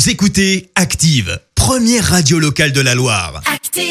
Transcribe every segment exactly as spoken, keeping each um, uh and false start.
Vous écoutez Active, première radio locale de la Loire. Active!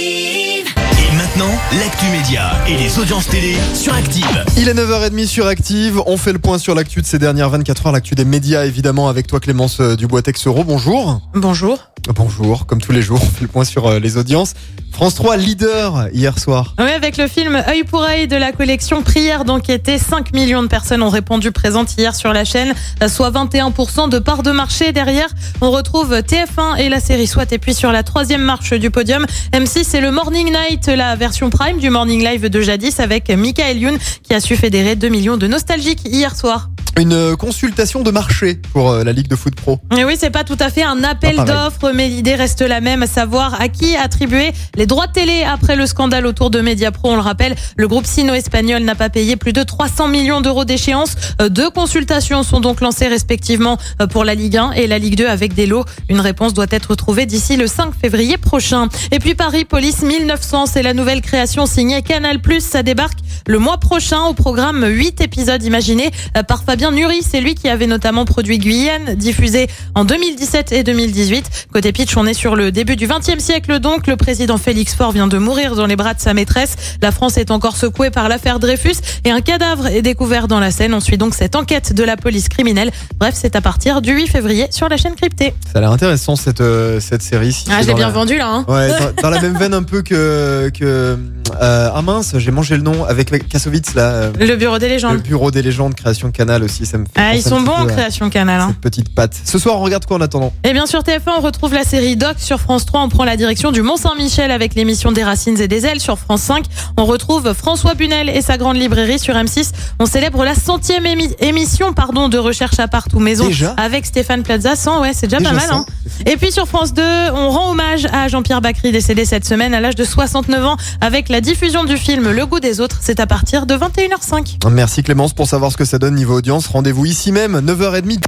Et maintenant, l'actu média et les audiences télé sur Active. Il est neuf heures trente sur Active. On fait le point sur l'actu de ces dernières vingt-quatre heures, l'actu des médias évidemment avec toi Clémence Dubois-Texero. Bonjour. Bonjour. Bonjour, comme tous les jours, on fait le point sur les audiences. France trois, leader hier soir. Oui, avec le film Œil pour œil de la collection Prière d'enquêter, cinq millions de personnes ont répondu présentes hier sur la chaîne, soit vingt et un pour cent de part de marché. Derrière, on retrouve T F un et la série SWAT. Et puis sur la troisième marche du podium, M six, c'est le Morning Night, la version Prime du Morning Live de jadis avec Michael Youn qui a su fédérer deux millions de nostalgiques hier soir. Une consultation de marché pour la Ligue de foot pro. Et oui, c'est pas tout à fait un appel d'offres, mais l'idée reste la même, à savoir à qui attribuer les droits de télé après le scandale autour de Mediapro. On le rappelle, le groupe sino-espagnol n'a pas payé plus de trois cents millions d'euros d'échéance. Deux consultations sont donc lancées respectivement pour la Ligue un et la Ligue deux avec des lots. Une réponse doit être trouvée d'ici le cinq février prochain. Et puis Paris Police mille neuf cents, c'est la nouvelle création signée Canal plus. Ça débarque le mois prochain au programme. huit épisodes imaginés par Fabien Nury, c'est lui qui avait notamment produit Guyane, diffusé en deux mille dix-sept et deux mille dix-huit. Côté pitch, on est sur le début du vingtième siècle donc. Le président Félix Faure vient de mourir dans les bras de sa maîtresse. La France est encore secouée par l'affaire Dreyfus et un cadavre est découvert dans la Seine. On suit donc cette enquête de la police criminelle. Bref, c'est à partir du huit février sur la chaîne cryptée. Ça a l'air intéressant cette, euh, cette série. Si ah, je l'ai bien la... vendu là. Hein. Ouais, dans, dans la même veine un peu que... que euh, ah mince, j'ai mangé le nom avec Kassovitz là. Euh, le Bureau des légendes. Le Bureau des légendes, création Canal aussi. Ça me fait ah, ils sont bons en création Canal. Hein. Cette petite patte. Ce soir, on regarde quoi en attendant? Et bien sur T F un, on retrouve la série Doc. Sur France trois, on prend la direction du Mont-Saint-Michel avec l'émission des Racines et des Ailes. Sur France cinq, on retrouve François Bunel et sa grande librairie. Sur M six, on célèbre la centième émi- émission pardon, de Recherche à part ou maison déjà avec Stéphane Plaza. cent, ouais, c'est déjà, déjà pas mal. Hein. Et puis sur France deux, on rend hommage à Jean-Pierre Bacry, décédé cette semaine à l'âge de soixante-neuf ans, avec la diffusion du film Le goût des autres. C'est à partir de vingt et une heures cinq. Merci Clémence. Pour savoir ce que ça donne niveau audience, rendez-vous ici même, neuf heures trente.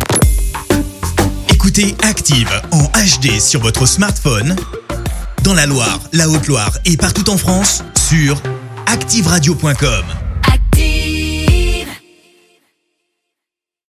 Écoutez Active en H D sur votre smartphone, dans la Loire, la Haute-Loire et partout en France, sur active radio point com.